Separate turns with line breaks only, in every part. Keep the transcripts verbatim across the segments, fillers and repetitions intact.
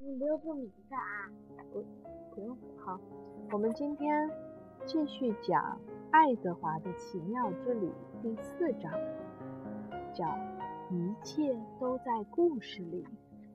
你留个名字啊？
不，不用。好，我们今天继续讲爱德华的奇妙之旅第四章，叫一切都在故事里。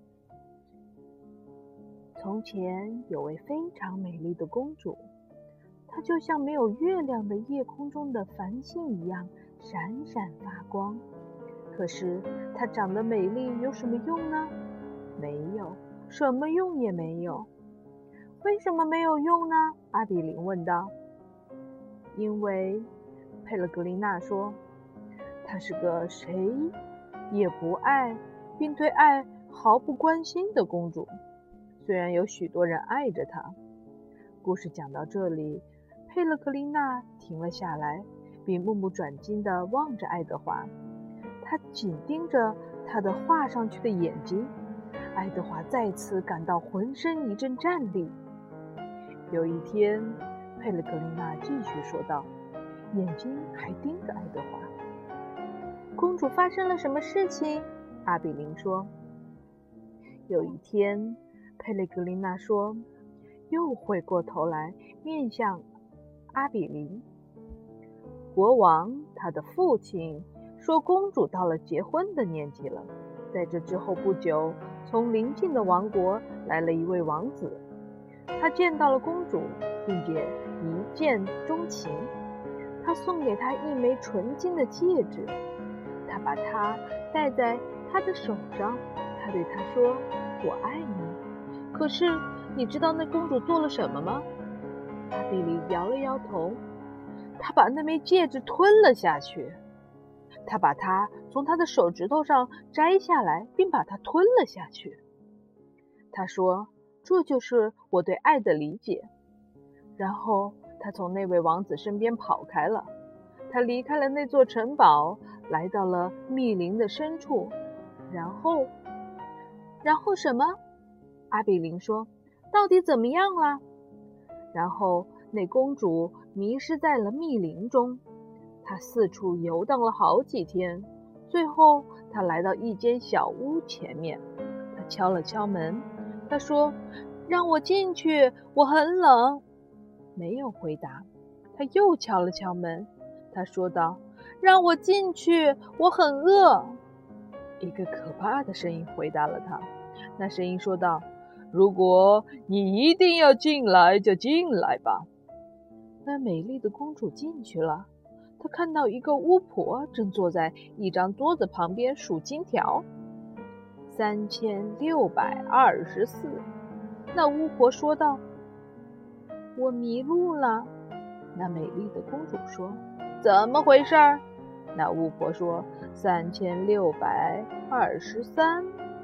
从前有位非常美丽的公主，她就像没有月亮的夜空中的繁星一样闪闪发光。可是她长得美丽有什么用呢？没有，什么用也没有。为什么没有用呢？阿比林问道。因为佩勒格丽娜说，她是个谁也不爱，并对爱毫不关心的公主。虽然有许多人爱着她。故事讲到这里，佩勒格丽娜停了下来，并目不转睛地望着爱德华。她紧盯着他的画上去的眼睛。爱德华再次感到浑身一阵战栗。有一天，佩勒格丽娜继续说道，眼睛还盯着爱德华。公主发生了什么事情？阿比林说。有一天，佩勒格丽娜说，又回过头来面向阿比林。国王他的父亲说，公主到了结婚的年纪了。在这之后不久，从邻近的王国来了一位王子，他见到了公主，并且一见钟情。他送给她一枚纯金的戒指，他把它戴在她的手上。他对她说，我爱你。可是你知道那公主做了什么吗？阿比里摇了摇头。她把那枚戒指吞了下去。他把它从他的手指头上摘下来，并把它吞了下去。他说，这就是我对爱的理解。然后他从那位王子身边跑开了。他离开了那座城堡，来到了密林的深处。然后然后什么？阿比林说，到底怎么样了？然后那公主迷失在了密林中。他四处游荡了好几天，最后他来到一间小屋前面。他敲了敲门，他说，让我进去，我很冷。没有回答。他又敲了敲门，他说道，让我进去，我很饿。一个可怕的声音回答了他。那声音说道，如果你一定要进来，就进来吧。那美丽的公主进去了。他看到一个巫婆正坐在一张桌子旁边数金条。三千六百二十四。那巫婆说道，我迷路了。那美丽的公主说，怎么回事？那巫婆说，三千六百二十三。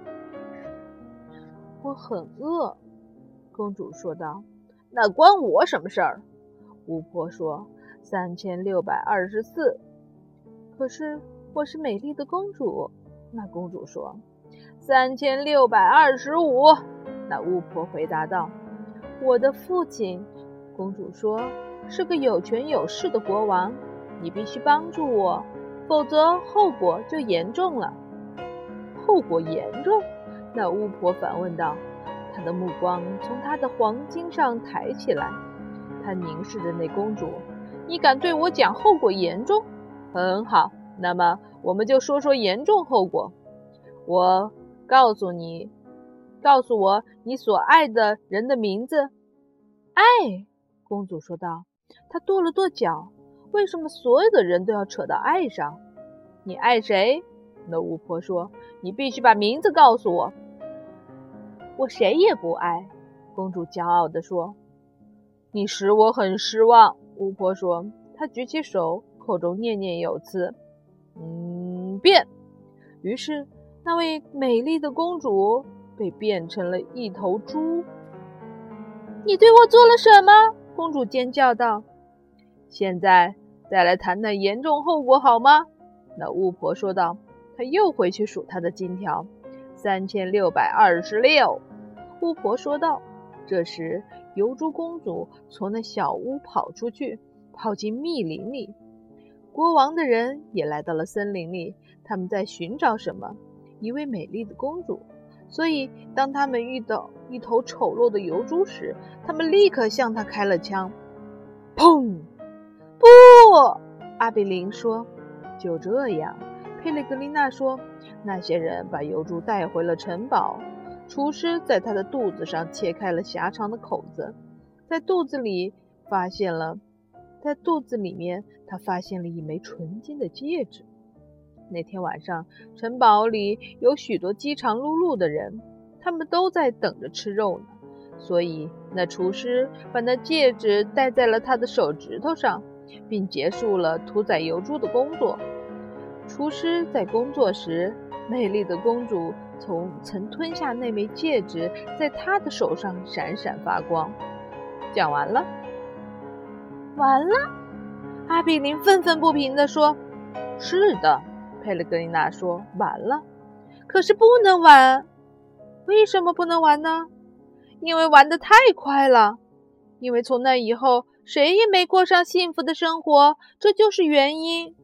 我很饿。公主说道。那关我什么事儿？巫婆说，三千六百二十四。可是我是美丽的公主。那公主说，三千六百二十五。那巫婆回答道，我的父亲，公主说，是个有权有势的国王，你必须帮助我，否则后果就严重了。后果严重？那巫婆反问道。她的目光从她的黄金上抬起来，她凝视着那公主。你敢对我讲后果严重？很好，那么我们就说说严重后果。我告诉你，告诉我你所爱的人的名字。爱，公主说道。她跺了跺脚。为什么所有的人都要扯到爱上？你爱谁？那巫婆说，你必须把名字告诉我。我谁也不爱，公主骄傲地说。你使我很失望，巫婆说。她举起手，口中念念有词。嗯，变。于是那位美丽的公主被变成了一头猪。你对我做了什么？公主尖叫道。现在再来谈谈严重后果好吗？那巫婆说道。她又回去数她的金条。三千六百二十六。巫婆说道。这时疣猪公主从那小屋跑出去，跑进密林里。国王的人也来到了森林里，他们在寻找什么？一位美丽的公主。 所以当他们遇到一头丑陋的疣猪时，他们立刻向他开了枪。砰！不！阿比林说。就这样，佩雷格琳娜说，那些人把疣猪带回了城堡。厨师在他的肚子上切开了狭长的口子，在肚子里发现了，在肚子里面，他发现了一枚纯金的戒指。那天晚上，城堡里有许多饥肠辘辘的人，他们都在等着吃肉呢。所以，那厨师把那戒指戴在了他的手指头上，并结束了屠宰疣猪的工作。厨师在工作时，美丽的公主从曾吞下那枚戒指，在她的手上闪闪发光。讲完了。完了？阿比林愤愤不平地说。是的，佩雷格琳娜说，完了。可是不能玩。为什么不能玩呢？因为玩得太快了。因为从那以后，谁也没过上幸福的生活，这就是原因。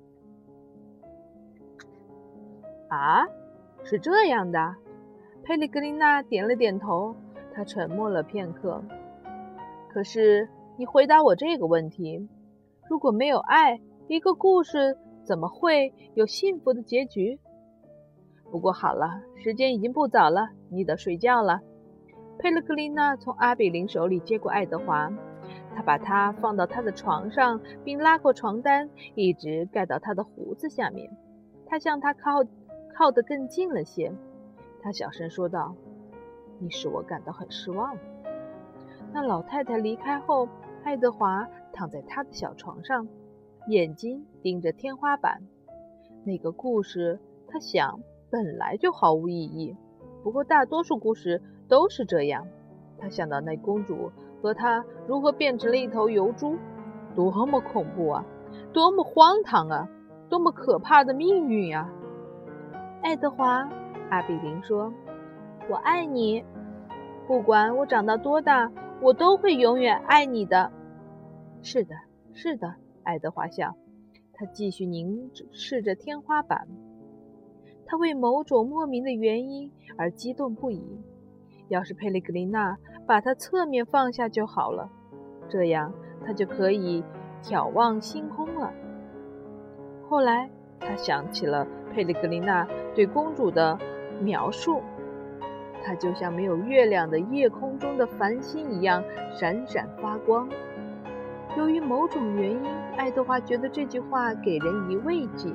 啊，是这样的。佩雷格琳娜点了点头，她沉默了片刻。可是，你回答我这个问题：如果没有爱，一个故事怎么会有幸福的结局？不过好了，时间已经不早了，你得睡觉了。佩雷格琳娜从阿比林手里接过爱德华，她把他放到他的床上，并拉过床单，一直盖到他的胡子下面。她向他靠靠得更近了些。她小声说道：你使我感到很失望。那老太太离开后，爱德华躺在他的小床上，眼睛盯着天花板。那个故事，他想，本来就毫无意义。不过大多数故事都是这样。他想到那公主和她如何变成了一头疣猪，多么恐怖啊，多么荒唐啊，多么可怕的命运啊！爱德华，阿比林说，我爱你，不管我长到多大，我都会永远爱你的。是的，是的，爱德华笑。他继续凝视着天花板。他为某种莫名的原因而激动不已。要是佩雷格琳娜把他侧面放下就好了，这样他就可以眺望星空了。后来他想起了佩雷格琳娜对公主的描述，她就像没有月亮的夜空中的繁星一样闪闪发光。由于某种原因，爱德华觉得这句话给人以慰藉。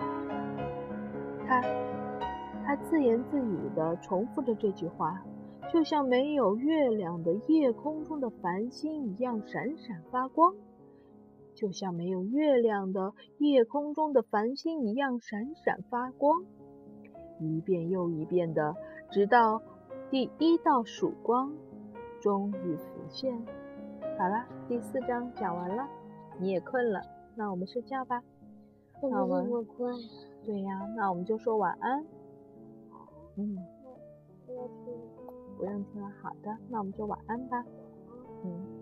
他他自言自语地重复着这句话，就像没有月亮的夜空中的繁星一样闪闪发光，就像没有月亮的夜空中的繁星一样闪闪发光，一遍又一遍的，直到第一道曙光终于浮现。好了，第四章讲完了，你也困了，那我们睡觉吧。
那我们困了。
对呀，那我们就说晚安。嗯，
不要听了。
不用听了，好的，那我们就晚安吧。嗯。